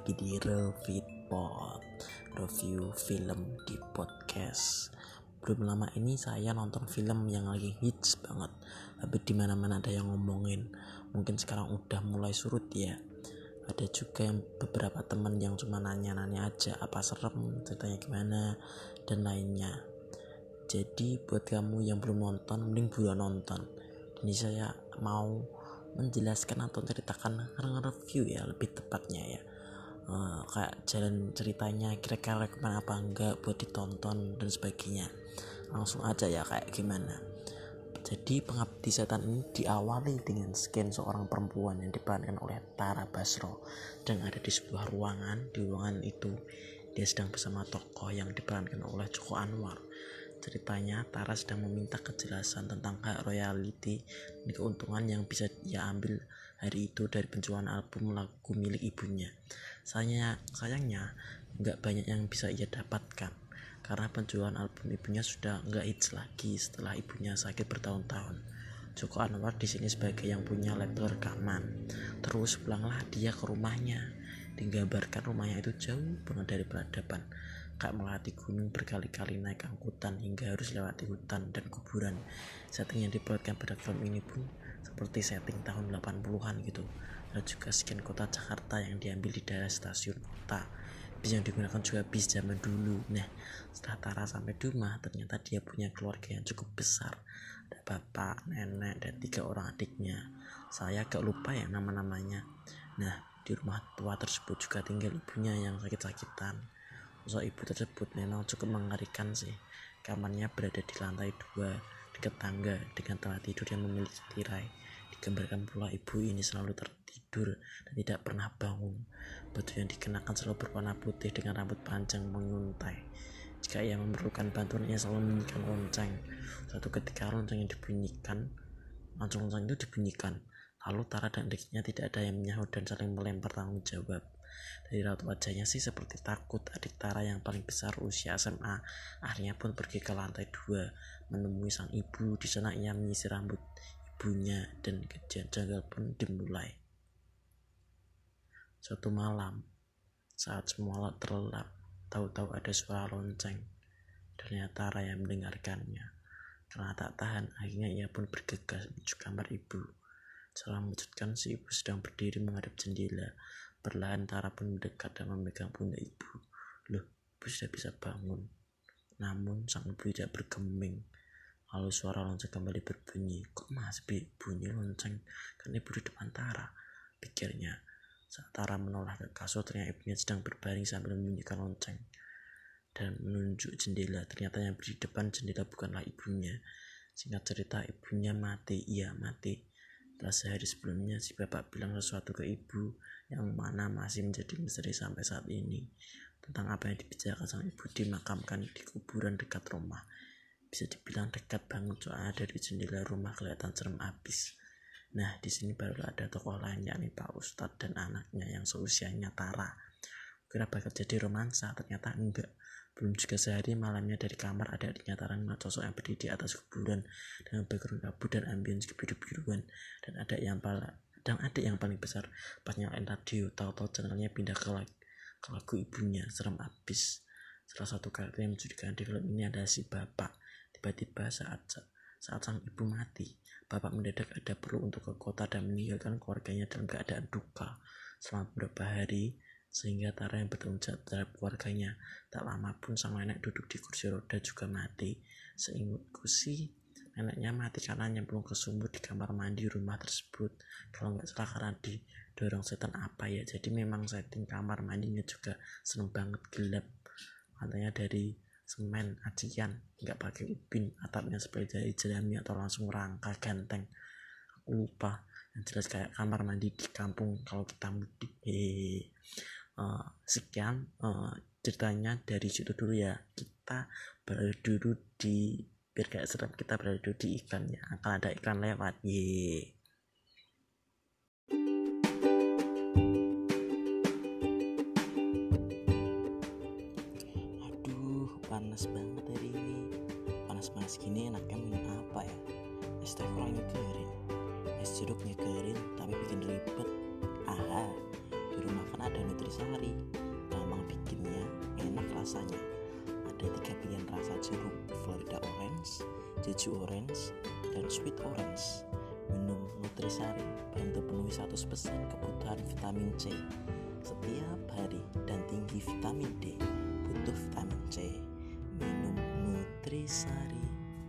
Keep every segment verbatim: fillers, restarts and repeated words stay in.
lagi di Revitpod, review film di podcast. Belum lama ini saya nonton film yang lagi hits banget, tapi di mana-mana ada yang ngomongin. Mungkin sekarang udah mulai surut ya. Ada juga yang beberapa teman yang cuma nanya-nanya aja apa serem, ceritanya gimana dan lainnya. Jadi buat kamu yang belum nonton, mending buruan nonton. Ini saya mau menjelaskan atau ceritakan review ya, lebih tepatnya ya. Uh, kayak jalan ceritanya, kira-kira kemana apa enggak buat ditonton dan sebagainya. Langsung aja ya kayak gimana. Jadi Pengabdi Setan ini diawali dengan scan seorang perempuan yang diperankan oleh Tara Basro dan ada di sebuah ruangan. Di ruangan itu dia sedang bersama tokoh yang diperankan oleh Joko Anwar. Ceritanya Tara sedang meminta kejelasan tentang hak royalti dan keuntungan yang bisa ia ambil hari itu dari penjualan album lagu milik ibunya. Sayangnya, sayangnya nggak banyak yang bisa ia dapatkan karena penjualan album ibunya sudah nggak hits lagi setelah ibunya sakit bertahun-tahun. Joko Anwar di sini sebagai yang punya label rekaman. Terus pulanglah dia ke rumahnya. Digambarkan rumahnya itu jauh banget dari peradaban. Kayak melewati gunung berkali-kali naik angkutan hingga harus lewati hutan dan kuburan. Setting yang dibuatkan pada film ini pun seperti setting tahun delapan puluhan gitu. Ada juga scan kota Jakarta yang diambil di daerah stasiun kota. Bis yang digunakan juga bis zaman dulu. Nah, setelah Tara sampai di rumah, ternyata dia punya keluarga yang cukup besar. Ada bapak, nenek, dan tiga orang adiknya. Saya agak lupa ya nama-namanya. Nah, di rumah tua tersebut juga tinggal ibunya yang sakit-sakitan. Sosok ibu tersebut memang cukup mengerikan sih. Kamarnya berada di lantai dua dekat tangga dengan tempat tidur yang memiliki tirai. Digambarkan pula ibu ini selalu tertidur dan tidak pernah bangun. Baju yang dikenakan selalu berwarna putih dengan rambut panjang menguntai. Jika ia memerlukan bantuan, ia selalu membunyikan lonceng. Suatu ketika lonceng yang dibunyikan, langsung lonceng itu dibunyikan. Lalu Tara dan adiknya tidak ada yang menyahut dan saling melempar tanggung jawab. Dari raut wajahnya sih seperti takut. Adik Tara yang paling besar usia S M A akhirnya pun pergi ke lantai dua menemui sang ibu. Di sana ia menyisir rambut ibunya dan kejadian janggal pun dimulai. Suatu malam saat semua terlelap, tahu-tahu ada suara lonceng. Ternyata Tara yang mendengarkannya. Karena tak tahan, akhirnya ia pun bergegas menuju kamar ibu. Setelah mewujudkan si ibu sedang berdiri menghadap jendela. Perlahan Tara pun mendekat dan memegang pundak ibu. Loh, ibu sudah bisa bangun. Namun sang ibu tidak bergeming. Lalu suara lonceng kembali berbunyi. Kok masih bunyi lonceng? Kan ibu di depan Tara, pikirnya. Saat Tara menoleh ke kasur, ternyata ibunya sedang berbaring sambil membunyikan lonceng dan menunjuk jendela. Ternyata yang berdiri di depan jendela bukanlah ibunya. Singkat cerita, ibunya mati. Iya, mati. Setelah sehari sebelumnya, si bapak bilang sesuatu ke ibu yang mana masih menjadi misteri sampai saat ini. Tentang apa yang dibicarakan sang ibu dimakamkan di kuburan dekat rumah. Bisa dibilang dekat banget soalnya dari jendela rumah kelihatan serem abis. Nah, di sini baru ada tokoh lain yakni Pak Ustadz dan anaknya yang seusianya Tara. Kira bakal jadi romansa, ternyata enggak. Belum juga sehari malamnya dari kamar ada adiknya Tara melihat sosok yang berdiri di atas kuburan dengan background kabut dan ambience kebiru-biruan. Dan ada yang paling dan adik yang paling besar pas nyalain radio, tahu-tahu channelnya pindah ke lagu, ke lagu ibunya. Serem abis. Salah satu karakter yang menjadikan di film ini adalah si bapak. Tiba-tiba saat saat sang ibu mati, bapak mendadak ada perlu untuk ke kota dan meninggalkan keluarganya dalam keadaan duka selama beberapa hari, sehingga Tara yang bertanggung jawab terhadap keluarganya. Tak lama pun sang nenek duduk di kursi roda juga mati. Seingatku sih neneknya mati karena nyemplung ke sumur di kamar mandi rumah tersebut. Kalau nggak salah karena didorong setan apa ya. Jadi memang setting kamar mandinya juga serem banget, gelap. Lantainya dari semen acian, nggak pakai ubin, atapnya seperti dari jerami atau langsung rangka ganteng. Aku lupa. Yang jelas kayak kamar mandi di kampung kalau kita mudik. Hehehe. Uh, sekian uh, ceritanya dari situ dulu ya. Kita berada dulu di biar kayak serem, kita berada dulu di iklan ya. Akan ada iklan lewat. Yeay. Aduh, panas banget hari ini. Panas-panas gini enaknya minum apa ya? Es teh kurang nyegerin, es jeruk nyegerin tapi bikin ribet. Aha, di rumah kan ada ada Nutrisari, gampang bikinnya, enak rasanya. Ada tiga pilihan rasa jeruk, Florida Orange, Jeju Orange, dan Sweet Orange. Minum Nutrisari bantu penuhi seratus persen kebutuhan vitamin C setiap hari dan tinggi vitamin D, butuh vitamin C. Minum Nutrisari.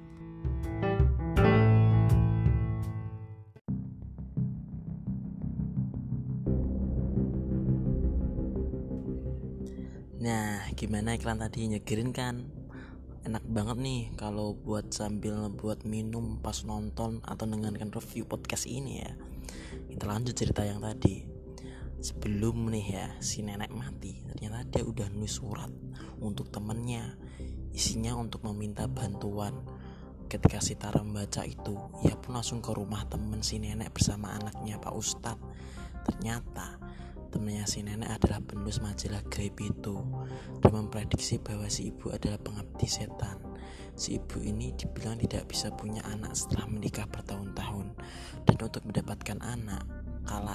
Nah, gimana iklan tadi, nyegerin kan? Enak banget nih kalau buat sambil buat minum pas nonton atau dengarkan review podcast ini ya. Kita lanjut cerita yang tadi. Sebelum nih ya si nenek mati, ternyata dia udah nulis surat untuk temennya. Isinya untuk meminta bantuan. Ketika si Tara membaca itu, ia pun langsung ke rumah temen si nenek bersama anaknya Pak Ustadz. Ternyata temannya si nenek adalah penulis majalah Gaib itu dan memprediksi bahwa si ibu adalah pengabdi setan. Si ibu ini dibilang tidak bisa punya anak setelah menikah bertahun-tahun, dan untuk mendapatkan anak kala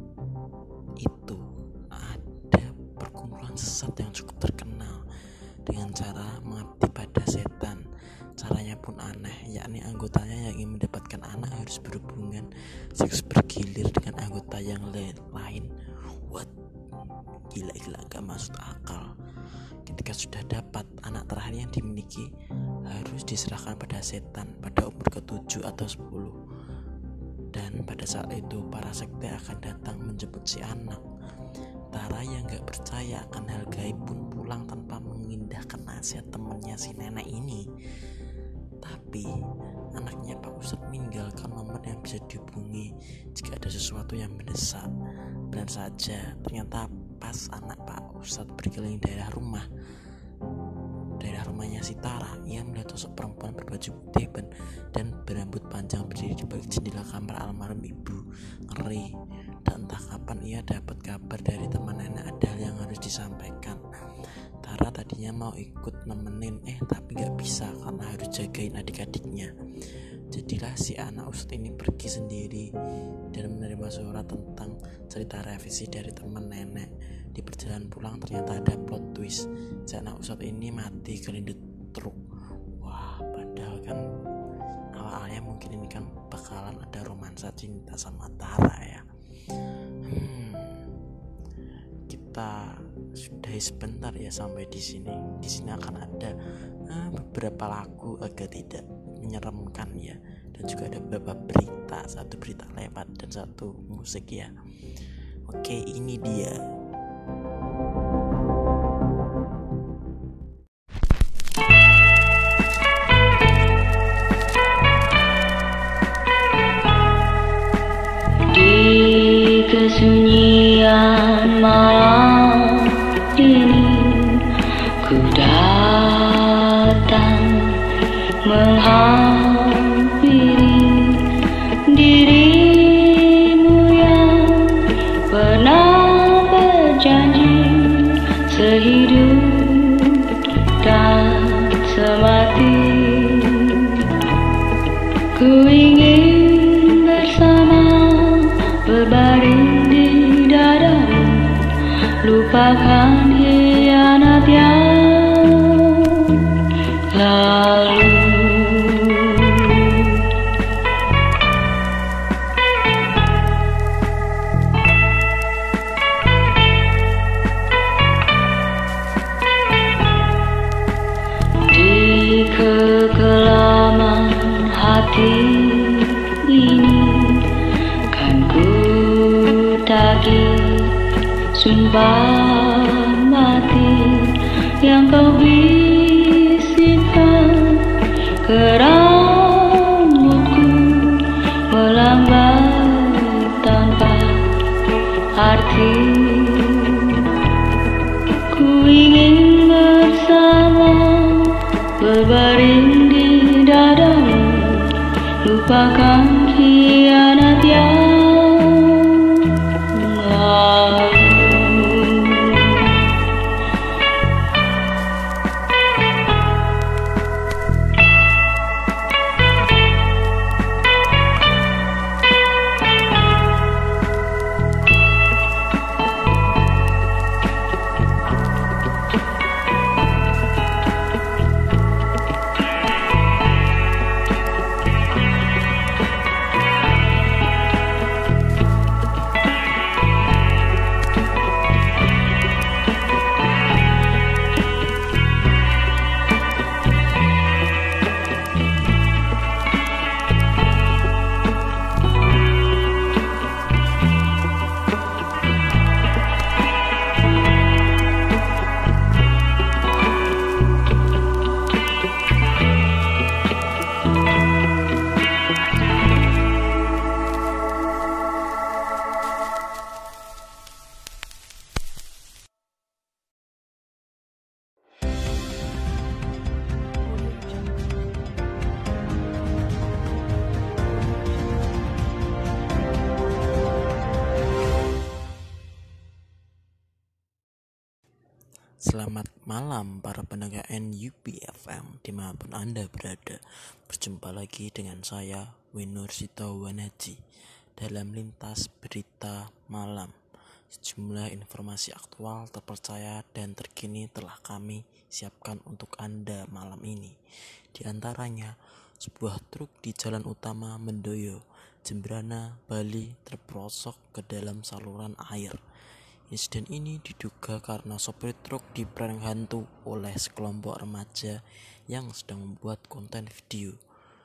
itu ada perkumpulan sesat yang cukup terkenal dengan cara mengabdi pada setan. Caranya pun aneh, yakni anggotanya yang ingin mendapatkan anak harus berhubungan seks bergilir dengan anggota yang lain. What? Gila-gila, gak masuk akal. Ketika sudah dapat, anak terakhir yang dimiliki harus diserahkan pada setan pada umur ketujuh atau sepuluh. Dan pada saat itu para sekte akan datang menjemput si anak. Tara yang gak percaya akan hal gaib pun pulang tanpa mengindahkan nasihat temannya si nenek ini. Tapi anaknya Pak Ustadz meninggalkan nomor yang bisa dihubungi jika ada sesuatu yang mendesak. Benar saja, ternyata pas anak Pak Ustadz berkeliling daerah rumah daerah rumahnya si Tara, ia melihat sosok perempuan berbaju putih dan berambut panjang berdiri di balik jendela kamar almarhum ibu. Ngeri. Dan entah kapan ia dapat kabar dari teman nenek ada hal yang harus disampaikan. Tara tadinya mau ikut nemenin, eh tapi gak bisa karena harus jagain adik-adiknya. Jadilah si anak Ustadz ini pergi sendiri dan menerima surat tentang cerita revisi dari teman nenek. Di perjalanan pulang ternyata ada plot twist, si anak Ustadz ini mati kelindut truk. Wah, padahal kan awalnya mungkin ini kan bakalan ada romansa cinta sama Tara ya. Hmm, kita sudah sebentar ya sampai di sini. Di sini akan ada uh, beberapa lagu agak tidak menyeramkan ya, dan juga ada beberapa berita, satu berita lewat dan satu musik ya. Oke, ini dia. Di kesunyian malam ini ku datang menghampiri dirimu yang pernah berjanji sehidup dan semati. Ku ingin bersama berbaring di dadamu, lupakan hianat yang lalu. Di kekelaman hati ini kan ku tagih sumpah mati yang kau bisikkan ke rambutku, melambai tanpa arti. Ku ingin bersama berbaring di dadamu, lupakan hianat yang lalu. Selamat malam para pendengar N U P F M dimanapun Anda berada. Berjumpa lagi dengan saya Winur Sitowanaji dalam lintas berita malam. Sejumlah informasi aktual, terpercaya dan terkini telah kami siapkan untuk Anda malam ini. Di antaranya, sebuah truk di jalan utama Mendoyo, Jembrana, Bali terperosok ke dalam saluran air. Insiden ini diduga karena sopir truk diprank hantu oleh sekelompok remaja yang sedang membuat konten video.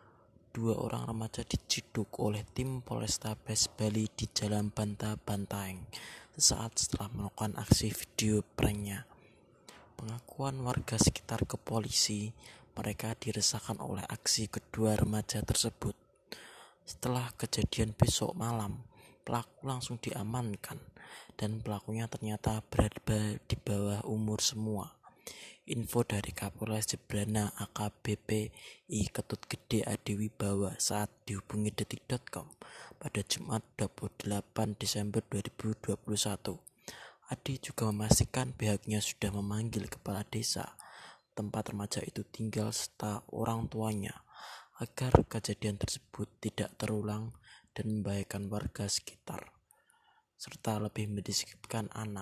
Dua orang remaja diciduk oleh tim Polrestabes Bali di Jalan Banta Bantaeng sesaat setelah melakukan aksi video pranknya. Pengakuan warga sekitar ke polisi, mereka diresahkan oleh aksi kedua remaja tersebut. Setelah kejadian besok malam, pelaku langsung diamankan dan pelakunya ternyata berada di bawah umur semua. Info dari Kapolres Jembrana A K B P I Ketut Gede Adi Wibawa saat dihubungi detik dot com pada Jumat dua puluh delapan Desember dua ribu dua puluh satu. Adi juga memastikan pihaknya sudah memanggil kepala desa tempat remaja itu tinggal serta orang tuanya agar kejadian tersebut tidak terulang dan membahayakan warga sekitar, serta lebih mendisiplinkan anak.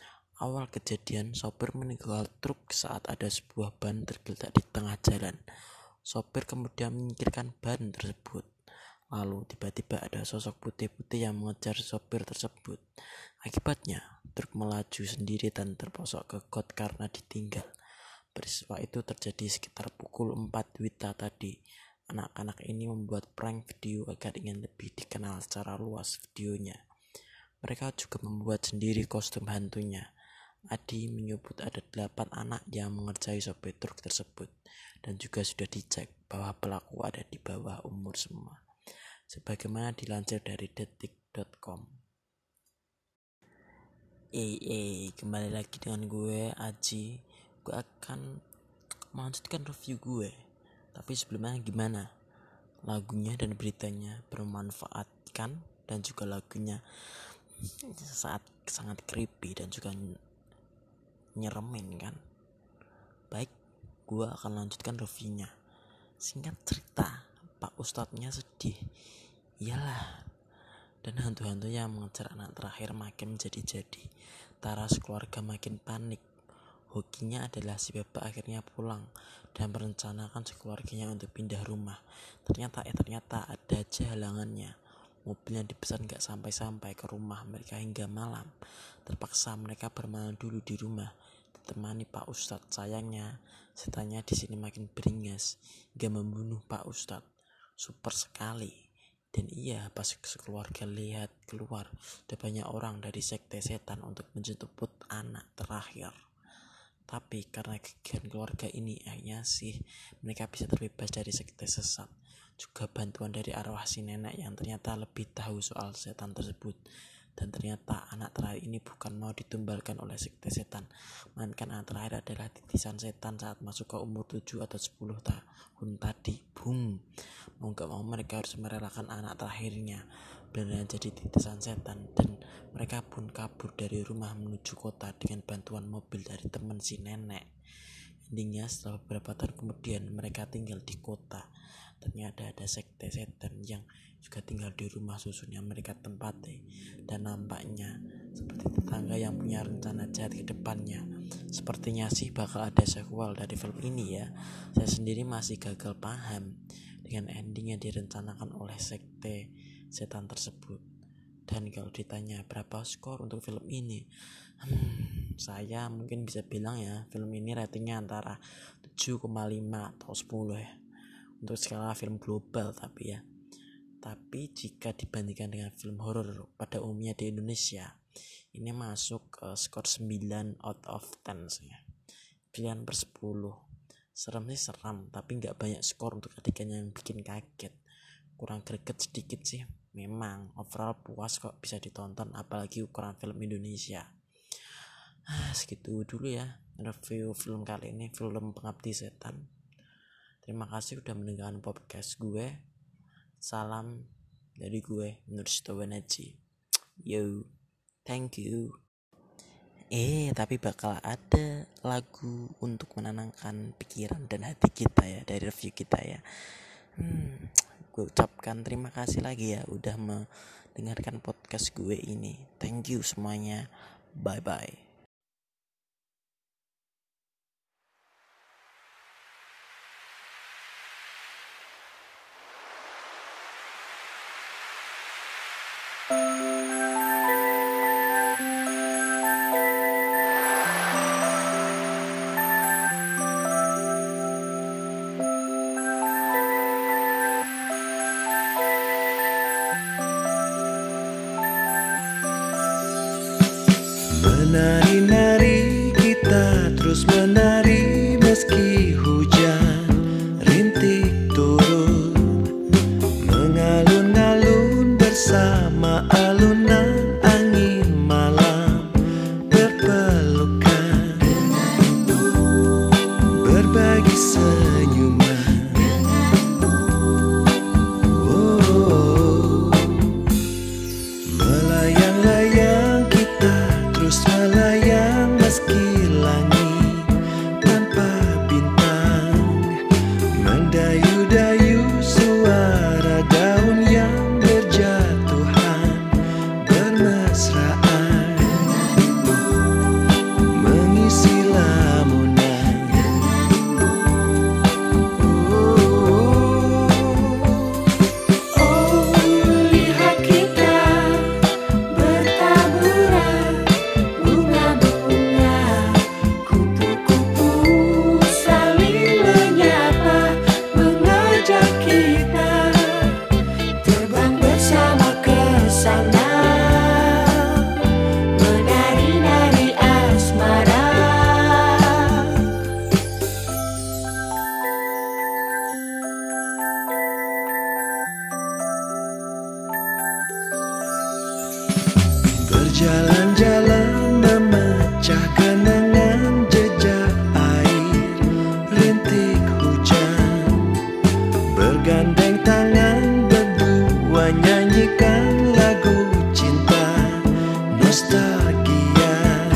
Awal kejadian, sopir meninggal truk saat ada sebuah ban tergeletak di tengah jalan. Sopir kemudian menyingkirkan ban tersebut. Lalu tiba-tiba ada sosok putih-putih yang mengejar sopir tersebut. Akibatnya, truk melaju sendiri dan terposok ke got karena ditinggal. Peristiwa itu terjadi sekitar pukul empat Wita tadi. Anak-anak ini membuat prank video agar ingin lebih dikenal secara luas videonya. Mereka juga membuat sendiri kostum hantunya. Adi menyebut ada delapan anak yang mengerjai sopir truk tersebut dan juga sudah dicek bahwa pelaku ada di bawah umur semua. Sebagaimana dilansir dari detik dot com. Eh, eh, kembali lagi dengan gue, Aji. Gue akan melanjutkan review gue. Tapi sebelumnya gimana? Lagunya dan beritanya bermanfaat kan? Dan juga lagunya saat sangat creepy dan juga nyeremin kan. Baik, gue akan lanjutkan reviewnya. Singkat cerita, Pak Ustadznya sedih. Iyalah. Dan hantu-hantu yang mengejar anak terakhir makin menjadi-jadi. Taras keluarga makin panik. Hokinya adalah si bapak akhirnya pulang dan merencanakan sekeluarganya untuk pindah rumah. Ternyata eh ternyata ada aja halangannya. Mobilnya dipesan gak sampai-sampai ke rumah mereka hingga malam. Terpaksa mereka bermalam dulu di rumah, ditemani Pak Ustadz. Sayangnya, setannya di sini makin beringas hingga membunuh Pak Ustadz. Super sekali. Dan iya, pas sekeluarga lihat keluar, ada banyak orang dari sekte setan untuk menjemput anak terakhir. Tapi karena kegiatan keluarga ini, akhirnya sih mereka bisa terbebas dari sekte sesat. Juga bantuan dari arwah si nenek yang ternyata lebih tahu soal setan tersebut. Dan ternyata anak terakhir ini bukan mau ditumbalkan oleh sekte setan, melainkan anak terakhir adalah titisan setan saat masuk ke umur tujuh atau sepuluh tahun tadi. Boom. Mau gak mau mereka harus merelakan anak terakhirnya benar jadi titisan setan, dan mereka pun kabur dari rumah menuju kota dengan bantuan mobil dari teman si nenek. Endingnya setelah beberapa tahun kemudian mereka tinggal di kota. Ternyata ada sekte setan yang juga tinggal di rumah susun yang mereka tempati, dan nampaknya seperti tetangga yang punya rencana jahat ke depannya. Sepertinya sih bakal ada sequel dari film ini ya. Saya sendiri masih gagal paham dengan ending yang direncanakan oleh sekte setan tersebut. Dan kalau ditanya berapa skor untuk film ini, hmm, saya mungkin bisa bilang ya, film ini ratingnya antara tujuh koma lima atau sepuluh ya, untuk skala film global. Tapi ya, tapi jika dibandingkan dengan film horor pada umumnya di Indonesia, ini masuk uh, skor sembilan out of ten ya, sembilan per sepuluh. Serem sih seram, tapi gak banyak skor untuk adegan yang bikin kaget. Kurang greget sedikit sih. Memang overall puas kok bisa ditonton, apalagi ukuran film Indonesia. Ah, segitu dulu ya review film kali ini, film Pengabdi Setan. Terima kasih udah mendengarkan podcast gue. Salam dari gue, Nur Sitowanaji. Yo, thank you. Eh tapi bakal ada lagu untuk menenangkan pikiran dan hati kita ya dari review kita ya. Hmm, gue ucapkan terima kasih lagi ya udah mendengarkan podcast gue ini. Thank you semuanya. Bye bye. Menari-nari kita terus menari meski hujan rintik turun, mengalun-alun bersama alunan angin malam berpelukan, berbagi senyuman. Oh, melayang-layang kita terus melayang meski langit tanpa bintang, mendayu-dayu suara daun yang berjatuhan bermesraan, mengisi lamunan. Oh, oh, lihat kita bertaburan bunga-bunga, kupu-kupu saling menyapa, mengajak kita terbang bersama ke sana, menari-nari asmara. Berjalan-jalan memecah kenangan jejak air rintik hujan, bergandeng tangan berdua nyanyikan lagu cinta nostalgia,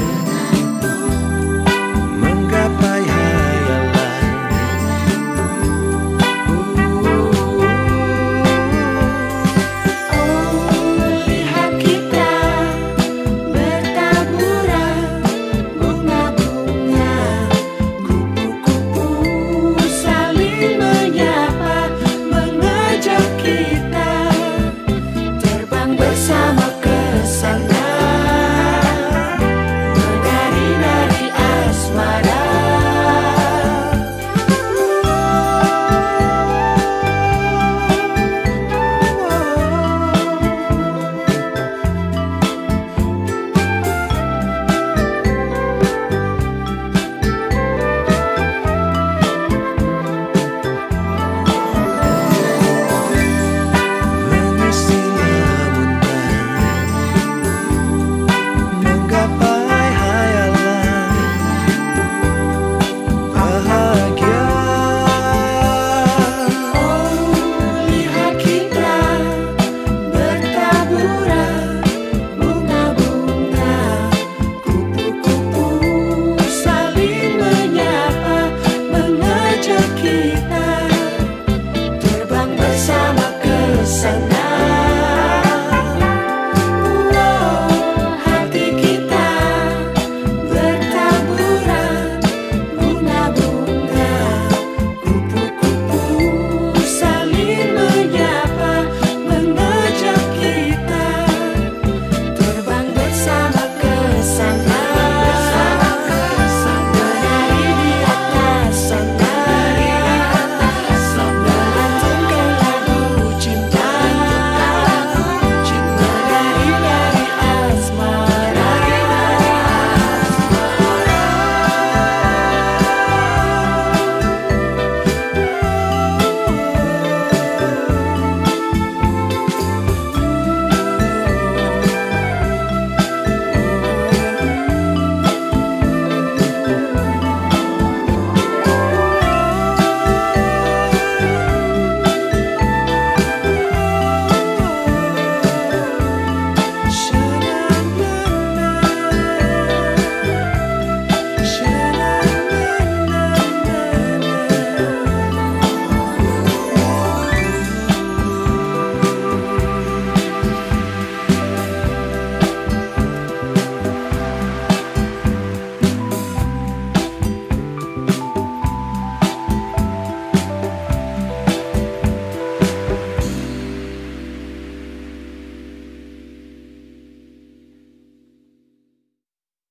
menggapai hayalan. Oh, lihat kita bertaburan bunga-bunga, kupu-kupu saling menyapa, mengajak kita terbang bersama